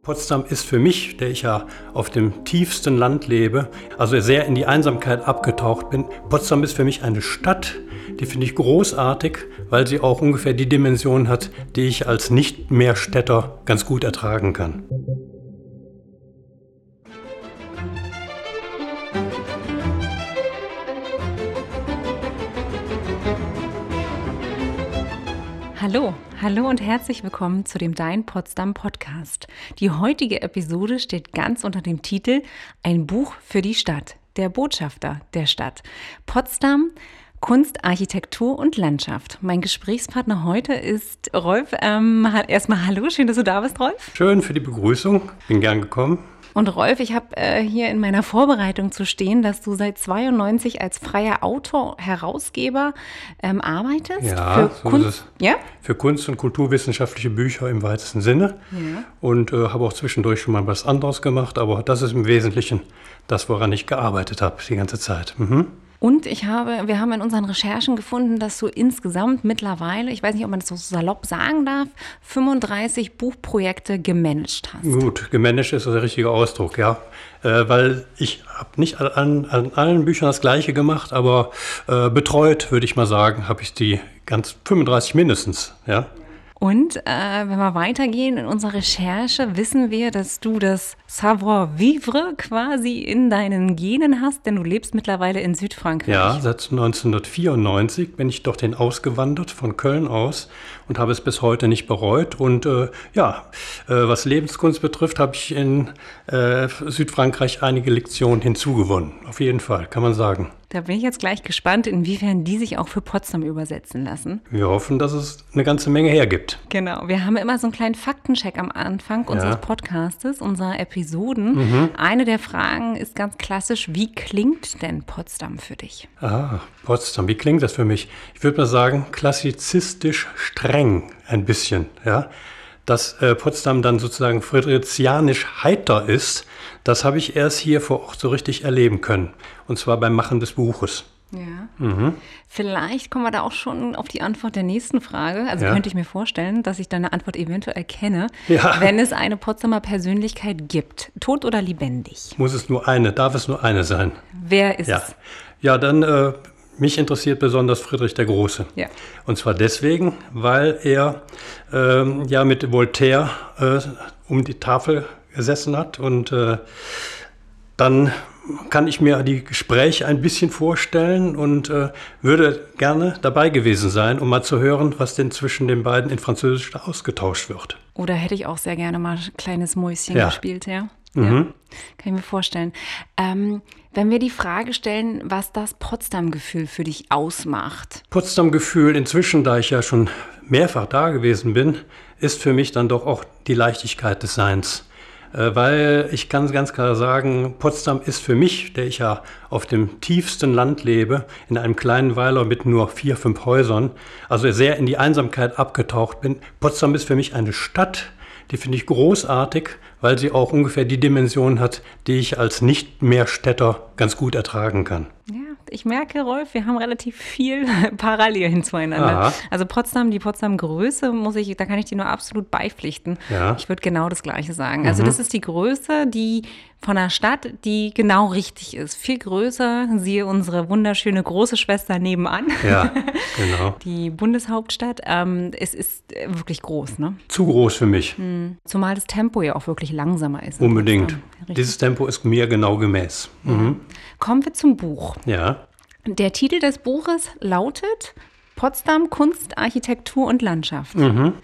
Potsdam ist für mich, der ich ja auf dem tiefsten Land lebe, also sehr in die Einsamkeit abgetaucht bin, Potsdam ist für mich eine Stadt, die finde ich großartig, weil sie auch ungefähr die Dimension hat, die ich als Nicht-Mehrstädter ganz gut ertragen kann. Hallo und herzlich willkommen zu dem Dein Potsdam Podcast. Die heutige Episode steht ganz unter dem Titel Ein Buch für die Stadt, der Botschafter der Stadt. Potsdam, Kunst, Architektur und Landschaft. Mein Gesprächspartner heute ist Rolf. Erstmal hallo, schön, dass du da bist, Rolf. Schön für die Begrüßung, bin gern gekommen. Und Rolf, ich habe hier in meiner Vorbereitung zu stehen, dass du seit 92 als freier Autor, Herausgeber arbeitest. Ja, für Kunst, ja? Für Kunst- und kulturwissenschaftliche Bücher im weitesten Sinne. Ja. Und habe auch zwischendurch schon mal was anderes gemacht, aber das ist im Wesentlichen das, woran ich gearbeitet habe die ganze Zeit. Und wir haben in unseren Recherchen gefunden, dass du insgesamt mittlerweile, ich weiß nicht, ob man das so salopp sagen darf, 35 Buchprojekte gemanagt hast. Gut, gemanagt ist der richtige Ausdruck, ja. Weil ich habe nicht an allen Büchern das Gleiche gemacht, aber betreut, würde ich mal sagen, habe ich die ganz 35 mindestens, ja. Und wenn wir weitergehen in unserer Recherche, wissen wir, dass du das Savoir-vivre quasi in deinen Genen hast, denn du lebst mittlerweile in Südfrankreich. Ja, seit 1994 bin ich dorthin ausgewandert, von Köln aus, und habe es bis heute nicht bereut. Und was Lebenskunst betrifft, habe ich in Südfrankreich einige Lektionen hinzugewonnen. Auf jeden Fall, kann man sagen. Da bin ich jetzt gleich gespannt, inwiefern die sich auch für Potsdam übersetzen lassen. Wir hoffen, dass es eine ganze Menge hergibt. Genau, wir haben immer so einen kleinen Faktencheck am Anfang unseres Podcastes, unserer Episoden. Eine der Fragen ist ganz klassisch, wie klingt denn Potsdam für dich? Potsdam, wie klingt das für mich? Ich würde mal sagen, klassizistisch streng ein bisschen, ja. Dass Potsdam dann sozusagen friedrichianisch heiter ist, das habe ich erst hier vor Ort so richtig erleben können. Und zwar beim Machen des Buches. Ja. Vielleicht kommen wir da auch schon auf die Antwort der nächsten Frage. Also könnte ich mir vorstellen, dass ich deine Antwort eventuell kenne, wenn es eine Potsdamer Persönlichkeit gibt. Tot oder lebendig? Darf es nur eine sein? Wer ist es? Ja, dann mich interessiert besonders Friedrich der Große. Ja. Und zwar deswegen, weil er mit Voltaire um die Tafel gesessen hat und dann kann ich mir die Gespräche ein bisschen vorstellen und würde gerne dabei gewesen sein, um mal zu hören, was denn zwischen den beiden in Französisch ausgetauscht wird. Oder hätte ich auch sehr gerne mal ein kleines Mäuschen gespielt, ja? Ja, kann ich mir vorstellen. Wenn wir die Frage stellen, was das Potsdam-Gefühl für dich ausmacht. Potsdam-Gefühl inzwischen, da ich ja schon mehrfach da gewesen bin, ist für mich dann doch auch die Leichtigkeit des Seins. Weil ich kann ganz klar sagen, Potsdam ist für mich, der ich ja auf dem tiefsten Land lebe, in einem kleinen Weiler mit nur 4, 5 Häusern, also sehr in die Einsamkeit abgetaucht bin. Potsdam ist für mich eine Stadt, die finde ich großartig, weil sie auch ungefähr die Dimension hat, die ich als Nicht-Mehrstädter ganz gut ertragen kann. Ja, ich merke, Rolf, wir haben relativ viel Parallelen zueinander. Aha. Also die Potsdam-Größe, da kann ich dir nur absolut beipflichten. Ja. Ich würde genau das Gleiche sagen. Also das ist die Größe, die von einer Stadt, die genau richtig ist. Viel größer, siehe unsere wunderschöne große Schwester nebenan. Ja, genau. Die Bundeshauptstadt. Es ist wirklich groß, ne? Zu groß für mich. Zumal das Tempo ja auch wirklich langsamer ist. Unbedingt. Dieses Tempo ist mir genau gemäß. Kommen wir zum Buch. Ja. Der Titel des Buches lautet Potsdam, Kunst, Architektur und Landschaft.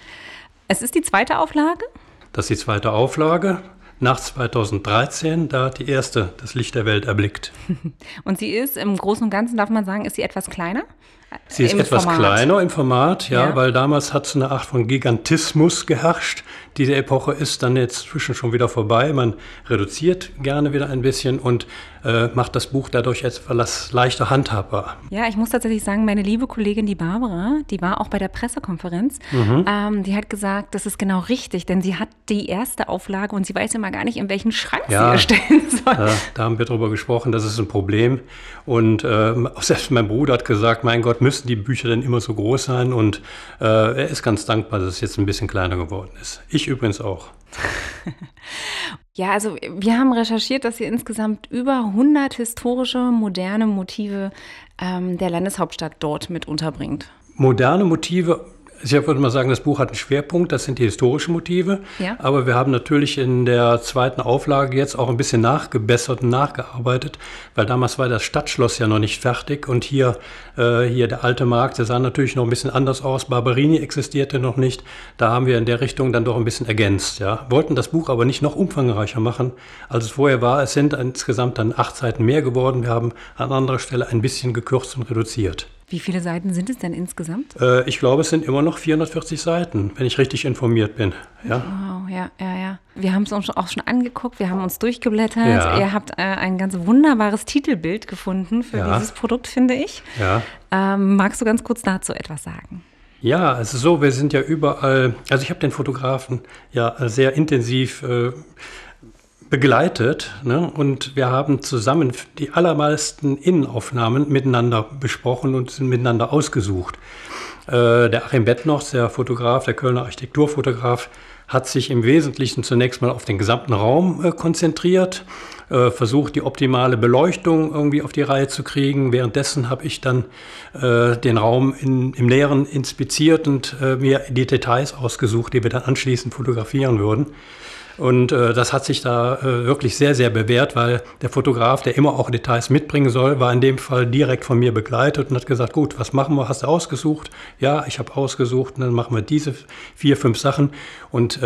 Es ist die zweite Auflage? Das ist die zweite Auflage. Nach 2013, da hat die erste das Licht der Welt erblickt. Und sie ist im Großen und Ganzen, darf man sagen, ist sie etwas kleiner? Sie ist etwas kleiner im Format, weil damals hat so eine Art von Gigantismus geherrscht. Diese Epoche ist dann jetzt zwischen schon wieder vorbei. Man reduziert gerne wieder ein bisschen und macht das Buch dadurch etwas leichter handhabbar. Ja, ich muss tatsächlich sagen, meine liebe Kollegin, die Barbara, die war auch bei der Pressekonferenz. Die hat gesagt, das ist genau richtig, denn sie hat die erste Auflage und sie weiß immer gar nicht, in welchen Schrank sie erstellen soll. Da haben wir drüber gesprochen, das ist ein Problem. Und selbst mein Bruder hat gesagt, mein Gott, müssen die Bücher denn immer so groß sein? Und er ist ganz dankbar, dass es jetzt ein bisschen kleiner geworden ist. Ich übrigens auch. Ja, also wir haben recherchiert, dass ihr insgesamt über 100 historische, moderne Motive der Landeshauptstadt dort mit unterbringt. Moderne Motive, ich würde mal sagen, das Buch hat einen Schwerpunkt, das sind die historischen Motive. Ja. Aber wir haben natürlich in der zweiten Auflage jetzt auch ein bisschen nachgebessert und nachgearbeitet, weil damals war das Stadtschloss ja noch nicht fertig und hier der alte Markt, der sah natürlich noch ein bisschen anders aus. Barberini existierte noch nicht. Da haben wir in der Richtung dann doch ein bisschen ergänzt. Ja. Wollten das Buch aber nicht noch umfangreicher machen, als es vorher war. Es sind insgesamt dann 8 Seiten mehr geworden. Wir haben an anderer Stelle ein bisschen gekürzt und reduziert. Wie viele Seiten sind es denn insgesamt? Ich glaube, es sind immer noch 440 Seiten, wenn ich richtig informiert bin. Ja. Wow, ja. Wir haben es uns auch schon angeguckt, wir haben uns durchgeblättert. Ja. Ihr habt ein ganz wunderbares Titelbild gefunden für dieses Produkt, finde ich. Ja. Magst du ganz kurz dazu etwas sagen? Ja, es ist so, wir sind ja überall, also ich habe den Fotografen ja sehr intensiv begleitet, ne? Und wir haben zusammen die allermeisten Innenaufnahmen miteinander besprochen und sind miteinander ausgesucht. Der Achim Bettnochs, der Fotograf, der Kölner Architekturfotograf, hat sich im Wesentlichen zunächst mal auf den gesamten Raum konzentriert, versucht, die optimale Beleuchtung irgendwie auf die Reihe zu kriegen. Währenddessen habe ich dann den Raum im Näheren inspiziert und mir die Details ausgesucht, die wir dann anschließend fotografieren würden. Und das hat sich da wirklich sehr, sehr bewährt, weil der Fotograf, der immer auch Details mitbringen soll, war in dem Fall direkt von mir begleitet und hat gesagt, gut, was machen wir? Hast du ausgesucht? Ja, ich habe ausgesucht und dann machen wir diese 4, 5 Sachen. Und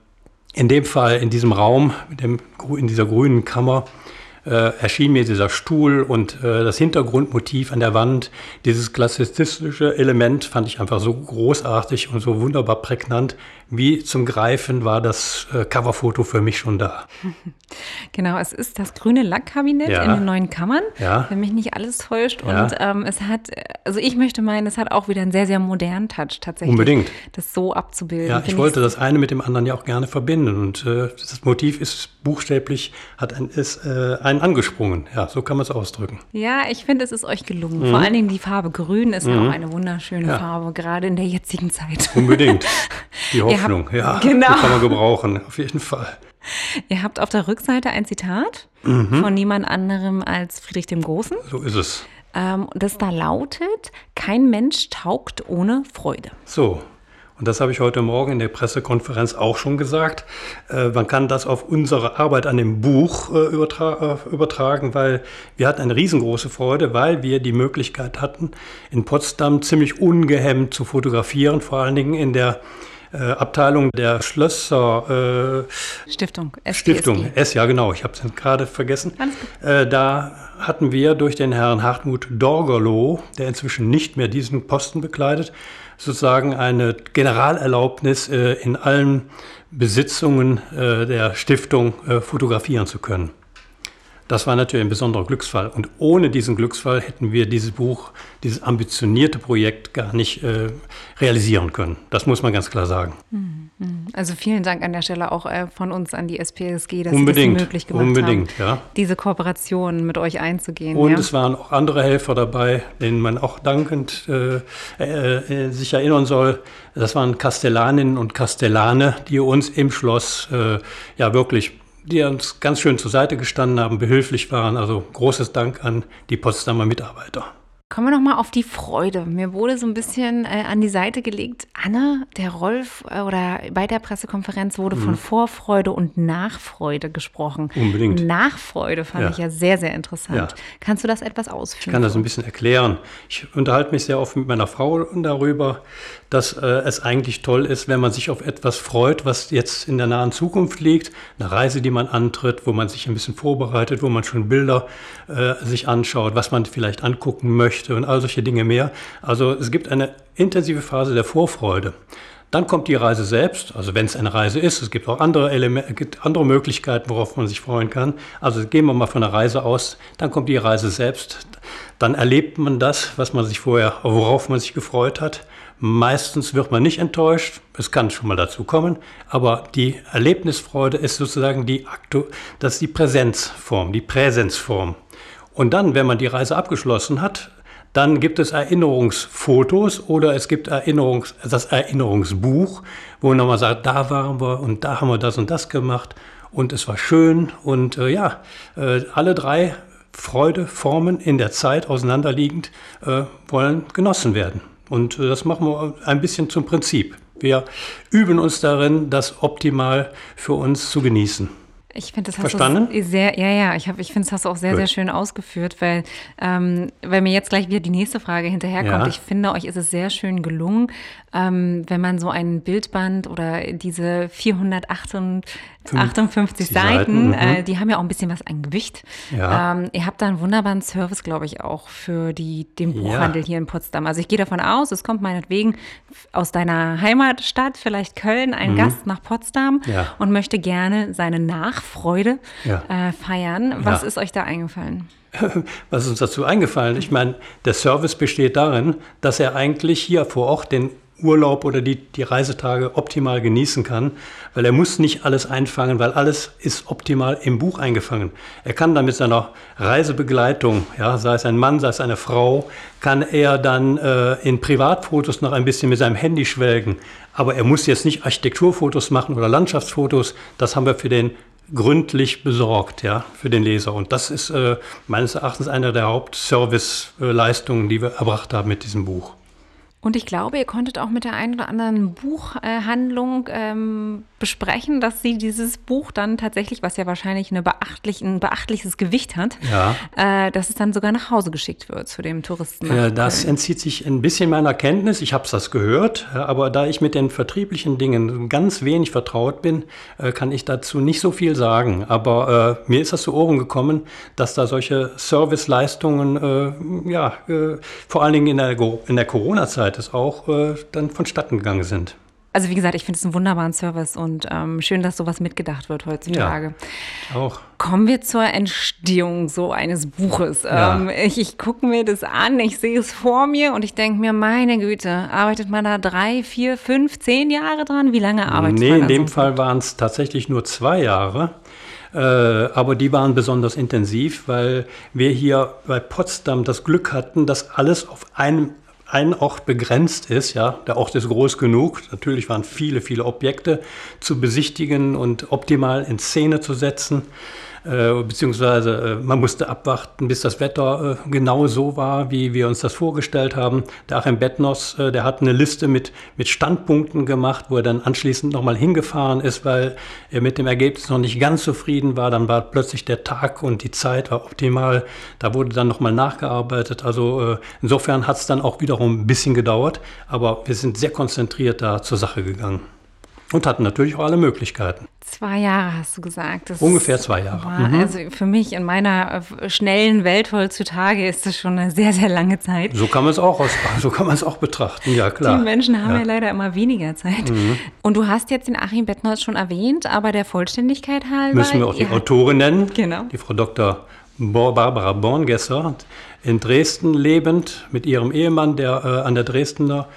in dem Fall, in diesem Raum, in dieser grünen Kammer, erschien mir dieser Stuhl und das Hintergrundmotiv an der Wand, dieses klassizistische Element fand ich einfach so großartig und so wunderbar prägnant. Wie zum Greifen war das Coverfoto für mich schon da. Genau, es ist das grüne Lackkabinett in den neuen Kammern, wenn mich nicht alles täuscht. Ja. Und es hat, also ich möchte meinen, es hat auch wieder einen sehr, sehr modernen Touch tatsächlich. Unbedingt. Das so abzubilden. Ja, ich wollte das eine mit dem anderen ja auch gerne verbinden. Und das Motiv ist buchstäblich, ist einen angesprungen. Ja, so kann man es ausdrücken. Ja, ich finde, es ist euch gelungen. Vor allen Dingen die Farbe Grün ist ja auch eine wunderschöne Farbe, gerade in der jetzigen Zeit. Unbedingt. Die Hoffnung, genau. Die kann man gebrauchen, auf jeden Fall. Ihr habt auf der Rückseite ein Zitat von niemand anderem als Friedrich dem Großen. So ist es. Das da lautet, kein Mensch taugt ohne Freude. So. Und das habe ich heute Morgen in der Pressekonferenz auch schon gesagt. Man kann das auf unsere Arbeit an dem Buch übertragen, weil wir hatten eine riesengroße Freude, weil wir die Möglichkeit hatten, in Potsdam ziemlich ungehemmt zu fotografieren, vor allen Dingen in der Abteilung der Schlösser Stiftung. Ja genau, ich habe es gerade vergessen. Da hatten wir durch den Herrn Hartmut Dorgerloh, der inzwischen nicht mehr diesen Posten bekleidet, sozusagen eine Generalerlaubnis in allen Besitzungen der Stiftung fotografieren zu können. Das war natürlich ein besonderer Glücksfall. Und ohne diesen Glücksfall hätten wir dieses Buch, dieses ambitionierte Projekt gar nicht realisieren können. Das muss man ganz klar sagen. Also vielen Dank an der Stelle auch von uns an die SPSG, dass Sie das möglich gemacht haben, diese Kooperation mit euch einzugehen. Und es waren auch andere Helfer dabei, denen man auch dankend sich erinnern soll. Das waren Kastellaninnen und Kastellane, die uns im Schloss die uns ganz schön zur Seite gestanden haben, behilflich waren. Also großes Dank an die Potsdamer Mitarbeiter. Kommen wir noch mal auf die Freude. Mir wurde so ein bisschen an die Seite gelegt, Anne, der Rolf oder bei der Pressekonferenz wurde von Vorfreude und Nachfreude gesprochen. Unbedingt. Nachfreude fand ich ja sehr, sehr interessant. Ja. Kannst du das etwas ausführen? Ich kann das ein bisschen erklären. Ich unterhalte mich sehr oft mit meiner Frau darüber, dass es eigentlich toll ist, wenn man sich auf etwas freut, was jetzt in der nahen Zukunft liegt. Eine Reise, die man antritt, wo man sich ein bisschen vorbereitet, wo man schon Bilder sich anschaut, was man vielleicht angucken möchte und all solche Dinge mehr. Also es gibt eine intensive Phase der Vorfreude. Dann kommt die Reise selbst, also wenn es eine Reise ist, es gibt auch andere Elemente, gibt andere Möglichkeiten, worauf man sich freuen kann. Also gehen wir mal von der Reise aus, dann kommt die Reise selbst. Dann erlebt man das, worauf man sich gefreut hat. Meistens wird man nicht enttäuscht, es kann schon mal dazu kommen, aber die Erlebnisfreude ist sozusagen die Präsenzform. Und dann, wenn man die Reise abgeschlossen hat, Dann gibt es Erinnerungsfotos oder es gibt das Erinnerungsbuch, wo man nochmal sagt, da waren wir und da haben wir das und das gemacht und es war schön. Und alle 3 Freudeformen in der Zeit auseinanderliegend wollen genossen werden. Und das machen wir ein bisschen zum Prinzip. Wir üben uns darin, das optimal für uns zu genießen. Ich finde, das hast Verstanden? du sehr, ich finde, das hast du auch sehr, sehr schön ausgeführt, weil mir jetzt gleich wieder die nächste Frage hinterherkommt. Ja. Ich finde, euch ist es sehr schön gelungen, wenn man so ein Bildband oder diese 458 Seiten, die haben ja auch ein bisschen was an Gewicht. Ja. Ihr habt da einen wunderbaren Service, glaube ich, auch für den Buchhandel hier in Potsdam. Also ich gehe davon aus, es kommt meinetwegen aus deiner Heimatstadt, vielleicht Köln, ein Gast nach Potsdam und möchte gerne seine Nachfreude feiern. Was ist euch da eingefallen? Was ist uns dazu eingefallen? Ich meine, der Service besteht darin, dass er eigentlich hier vor Ort den Urlaub oder die Reisetage optimal genießen kann, weil er muss nicht alles einfangen, weil alles ist optimal im Buch eingefangen. Er kann dann mit seiner Reisebegleitung, sei es ein Mann, sei es eine Frau, kann er dann in Privatfotos noch ein bisschen mit seinem Handy schwelgen. Aber er muss jetzt nicht Architekturfotos machen oder Landschaftsfotos. Das haben wir für den gründlich besorgt, für den Leser. Und das ist meines Erachtens eine der Hauptservice-Leistungen, die wir erbracht haben mit diesem Buch. Und ich glaube, ihr konntet auch mit der einen oder anderen Buchhandlung besprechen, dass sie dieses Buch dann tatsächlich, was ja wahrscheinlich ein beachtliches Gewicht hat, dass es dann sogar nach Hause geschickt wird zu dem Touristen. Das entzieht sich ein bisschen meiner Kenntnis. Ich habe das gehört, aber da ich mit den vertrieblichen Dingen ganz wenig vertraut bin, kann ich dazu nicht so viel sagen. Aber mir ist das zu Ohren gekommen, dass da solche Serviceleistungen, vor allen Dingen in der Corona-Zeit es auch dann vonstatten gegangen sind. Also wie gesagt, ich finde es einen wunderbaren Service und schön, dass sowas mitgedacht wird heutzutage. Ja, auch. Kommen wir zur Entstehung so eines Buches. Ja. Ich gucke mir das an, ich sehe es vor mir und ich denke mir, meine Güte, arbeitet man da 3, 4, 5, 10 Jahre dran? Wie lange arbeitet man da? Nee, in dem Fall waren es tatsächlich nur 2 Jahre. Aber die waren besonders intensiv, weil wir hier bei Potsdam das Glück hatten, dass alles auf ein Ort begrenzt ist, der Ort ist groß genug. Natürlich waren viele, viele Objekte zu besichtigen und optimal in Szene zu setzen. Beziehungsweise man musste abwarten, bis das Wetter genau so war, wie wir uns das vorgestellt haben. Der Achim Bettners, der hat eine Liste mit Standpunkten gemacht, wo er dann anschließend nochmal hingefahren ist, weil er mit dem Ergebnis noch nicht ganz zufrieden war. Dann war plötzlich der Tag und die Zeit war optimal. Da wurde dann nochmal nachgearbeitet. Also insofern hat es dann auch wiederum ein bisschen gedauert, aber wir sind sehr konzentriert da zur Sache gegangen. Und hatten natürlich auch alle Möglichkeiten. 2 Jahre hast du gesagt. Das ungefähr 2 Jahre. Also für mich in meiner schnellen Welt heutzutage ist das schon eine sehr, sehr lange Zeit. So kann man es auch betrachten, ja klar. Die Menschen haben ja leider immer weniger Zeit. Und du hast jetzt den Achim Bettners schon erwähnt, aber der Vollständigkeit halber. Müssen wir auch die Autorin nennen, genau. Die Frau Dr. Barbara Borngesser, in Dresden lebend mit ihrem Ehemann, der an der Dresdner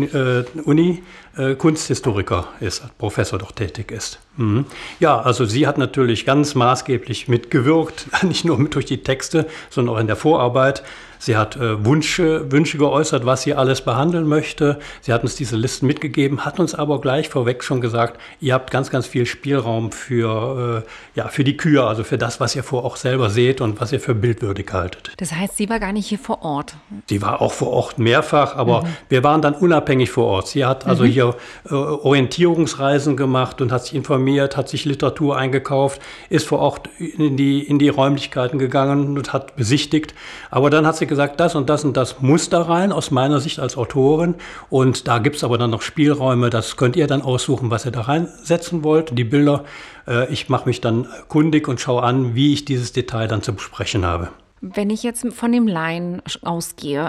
Uni Kunsthistoriker ist, Professor dort tätig ist. Ja, also sie hat natürlich ganz maßgeblich mitgewirkt, nicht nur durch die Texte, sondern auch in der Vorarbeit. Sie hat Wünsche geäußert, was sie alles behandeln möchte. Sie hat uns diese Listen mitgegeben, hat uns aber gleich vorweg schon gesagt, ihr habt ganz, ganz viel Spielraum für die Kür, also für das, was ihr vor Ort selber seht und was ihr für bildwürdig haltet. Das heißt, sie war gar nicht hier vor Ort? Sie war auch vor Ort mehrfach, aber wir waren dann unabhängig vor Ort. Sie hat also hier Orientierungsreisen gemacht und hat sich informiert, hat sich Literatur eingekauft, ist vor Ort in die Räumlichkeiten gegangen und hat besichtigt. Aber dann hat sie gesagt, das und das und das muss da rein, aus meiner Sicht als Autorin. Und da gibt es aber dann noch Spielräume, das könnt ihr dann aussuchen, was ihr da reinsetzen wollt. Die Bilder, ich mache mich dann kundig und schaue an, wie ich dieses Detail dann zu besprechen habe. Wenn ich jetzt von dem Laien ausgehe,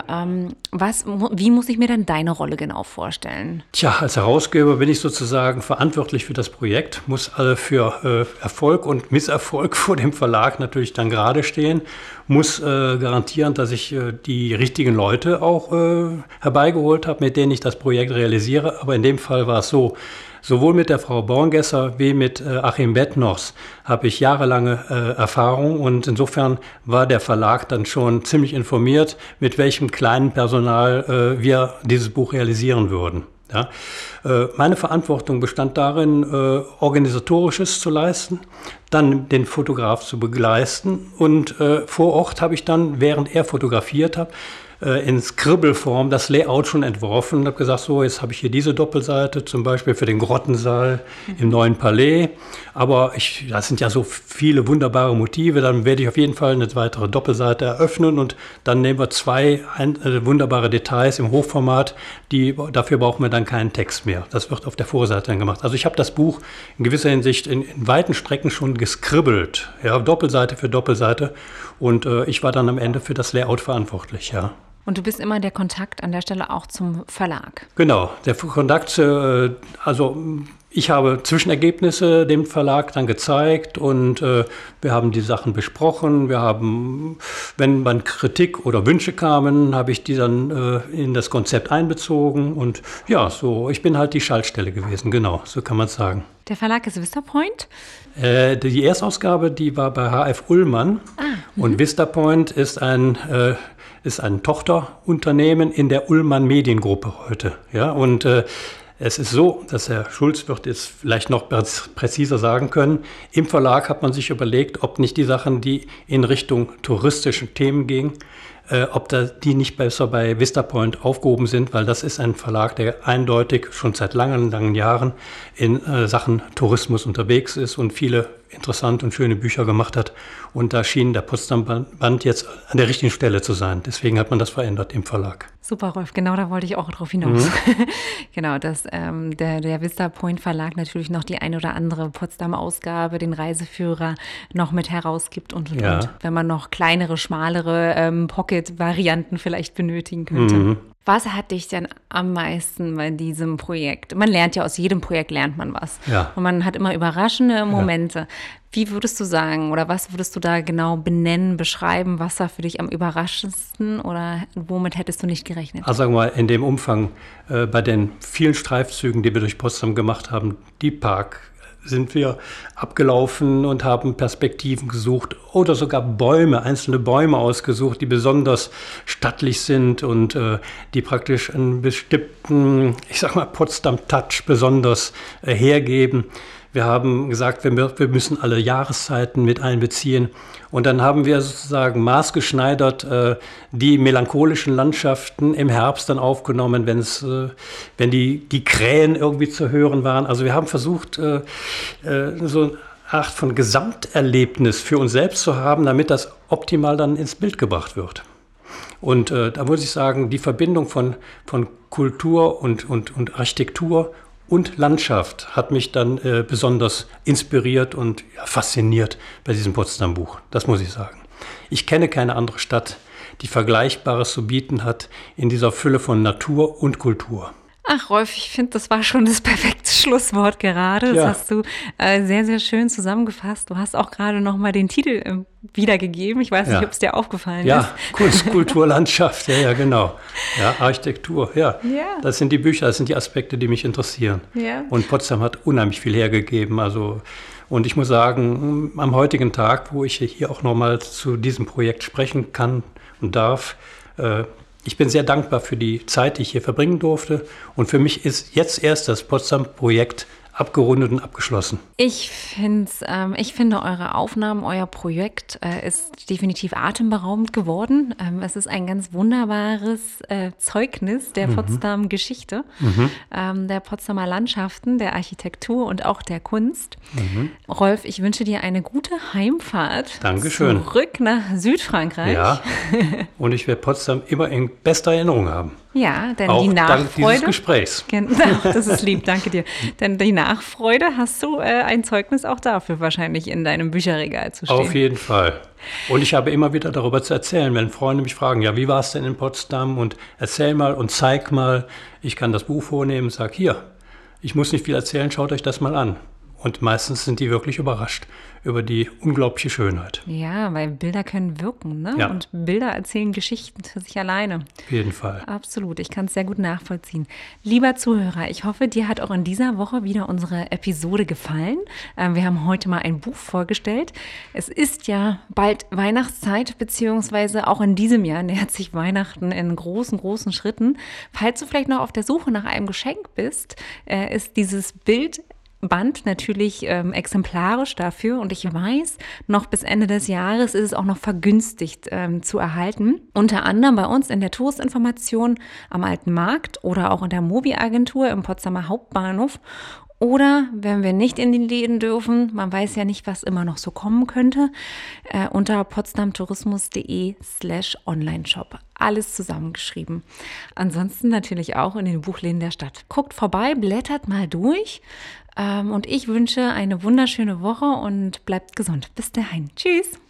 wie muss ich mir dann deine Rolle genau vorstellen? Tja, als Herausgeber bin ich sozusagen verantwortlich für das Projekt, muss für Erfolg und Misserfolg vor dem Verlag natürlich dann gerade stehen, muss garantieren, dass ich die richtigen Leute auch herbeigeholt habe, mit denen ich das Projekt realisiere. Aber in dem Fall war es so, sowohl mit der Frau Borngesser wie mit Achim Bettnochs habe ich jahrelange Erfahrung und insofern war der Verlag dann schon ziemlich informiert, mit welchem kleinen Personal wir dieses Buch realisieren würden. Ja. Meine Verantwortung bestand darin, Organisatorisches zu leisten, dann den Fotograf zu begleiten und vor Ort habe ich dann, während er fotografiert hat, in Scribble-Form das Layout schon entworfen und habe gesagt, so, jetzt habe ich hier diese Doppelseite, zum Beispiel für den Grottensaal im Neuen Palais, aber das sind ja so viele wunderbare Motive, dann werde ich auf jeden Fall eine weitere Doppelseite eröffnen und dann nehmen wir zwei wunderbare Details im Hochformat, dafür brauchen wir dann keinen Text mehr. Das wird auf der Vorseite dann gemacht. Also ich habe das Buch in gewisser Hinsicht in weiten Strecken schon geskribbelt, ja, Doppelseite für Doppelseite und ich war dann am Ende für das Layout verantwortlich, ja. Und du bist immer der Kontakt an der Stelle auch zum Verlag. Genau, der Kontakt, also ich habe Zwischenergebnisse dem Verlag dann gezeigt und wir haben die Sachen besprochen. Wir haben, wenn man Kritik oder Wünsche kamen, habe ich die dann in das Konzept einbezogen und ja, so, ich bin halt die Schaltstelle gewesen, genau, so kann man es sagen. Der Verlag ist Vistapoint? Die Erstausgabe, die war bei HF Ullmann und Vistapoint ist ein Tochterunternehmen in der Ullmann Mediengruppe heute. Ja? Und es ist so, dass Herr Schulz wird es vielleicht noch präziser sagen können, im Verlag hat man sich überlegt, ob nicht die Sachen, die in Richtung touristische Themen gingen, ob die nicht besser bei Vistapoint aufgehoben sind, weil das ist ein Verlag, der eindeutig schon seit langen, langen Jahren in Sachen Tourismus unterwegs ist und viele interessante und schöne Bücher gemacht hat. Und da schien der Potsdam-Band jetzt an der richtigen Stelle zu sein. Deswegen hat man das verändert im Verlag. Super, Rolf, genau da wollte ich auch drauf hinaus. Genau, dass der Vistapoint Verlag natürlich noch die ein oder andere Potsdam-Ausgabe, den Reiseführer noch mit herausgibt und. Wenn man noch kleinere, schmalere Pocket-Varianten vielleicht benötigen könnte. Was hat dich denn am meisten bei diesem Projekt? Man lernt ja, aus jedem Projekt lernt man was. Ja. Und man hat immer überraschende Momente. Ja. Wie würdest du sagen oder was würdest du da genau benennen, beschreiben? Was war für dich am überraschendsten oder womit hättest du nicht gerechnet? Also sagen wir mal, in dem Umfang, bei den vielen Streifzügen, die wir durch Potsdam gemacht haben, die Park, sind wir abgelaufen und haben Perspektiven gesucht oder sogar einzelne Bäume ausgesucht, die besonders stattlich sind und die praktisch einen bestimmten, ich sag mal, Potsdam-Touch besonders hergeben. Wir haben gesagt, wir müssen alle Jahreszeiten mit einbeziehen. Und dann haben wir sozusagen maßgeschneidert die melancholischen Landschaften im Herbst dann aufgenommen, wenn die Krähen irgendwie zu hören waren. Also wir haben versucht, so eine Art von Gesamterlebnis für uns selbst zu haben, damit das optimal dann ins Bild gebracht wird. Und da muss ich sagen, die Verbindung von Kultur und Architektur und Landschaft hat mich dann besonders inspiriert und fasziniert bei diesem Potsdam-Buch. Das muss ich sagen. Ich kenne keine andere Stadt, die Vergleichbares zu bieten hat in dieser Fülle von Natur und Kultur. Ach, Rolf, ich finde, das war schon das perfekte Schlusswort gerade. Das hast du sehr, sehr schön zusammengefasst. Du hast auch gerade noch mal den Titel wiedergegeben. Ich weiß nicht, ob es dir aufgefallen ist. Ja, Kunst, Kultur, Landschaft. Ja, genau. Ja, Architektur. Ja, das sind die Bücher, das sind die Aspekte, die mich interessieren. Ja. Und Potsdam hat unheimlich viel hergegeben. Und ich muss sagen, am heutigen Tag, wo ich hier auch noch mal zu diesem Projekt sprechen kann und darf, ich bin sehr dankbar für die Zeit, die ich hier verbringen durfte. Und für mich ist jetzt erst das Potsdam-Projekt abgerundet und abgeschlossen. Ich finde eure Aufnahmen, euer Projekt ist definitiv atemberaubend geworden. Es ist ein ganz wunderbares Zeugnis der Potsdam-Geschichte, der Potsdamer Landschaften, der Architektur und auch der Kunst. Rolf, ich wünsche dir eine gute Heimfahrt. Dankeschön. Zurück nach Südfrankreich. Ja, und ich werde Potsdam immer in bester Erinnerung haben. Ja, denn auch die Nachfreude. Dank dieses Gesprächs. Genau, das ist lieb, danke dir. Denn die Nachfreude hast du ein Zeugnis auch dafür wahrscheinlich in deinem Bücherregal zu stehen. Auf jeden Fall. Und ich habe immer wieder darüber zu erzählen, wenn Freunde mich fragen, ja, wie war es denn in Potsdam? Und erzähl mal und zeig mal. Ich kann das Buch vornehmen und sage, hier, ich muss nicht viel erzählen, schaut euch das mal an. Und meistens sind die wirklich überrascht über die unglaubliche Schönheit. Ja, weil Bilder können wirken, ne? Ja. Und Bilder erzählen Geschichten für sich alleine. Auf jeden Fall. Absolut, ich kann es sehr gut nachvollziehen. Lieber Zuhörer, ich hoffe, dir hat auch in dieser Woche wieder unsere Episode gefallen. Wir haben heute mal ein Buch vorgestellt. Es ist ja bald Weihnachtszeit, beziehungsweise auch in diesem Jahr nähert sich Weihnachten in großen, großen Schritten. Falls du vielleicht noch auf der Suche nach einem Geschenk bist, ist dieses Bildband natürlich exemplarisch dafür, und ich weiß, noch bis Ende des Jahres ist es auch noch vergünstigt zu erhalten. Unter anderem bei uns in der Touristinformation am Alten Markt oder auch in der Mobi-Agentur im Potsdamer Hauptbahnhof. Oder, wenn wir nicht in die Läden dürfen, man weiß ja nicht, was immer noch so kommen könnte, unter potsdamtourismus.de/Onlineshop. Alles zusammengeschrieben. Ansonsten natürlich auch in den Buchläden der Stadt. Guckt vorbei, blättert mal durch. Und ich wünsche eine wunderschöne Woche und bleibt gesund. Bis dahin. Tschüss.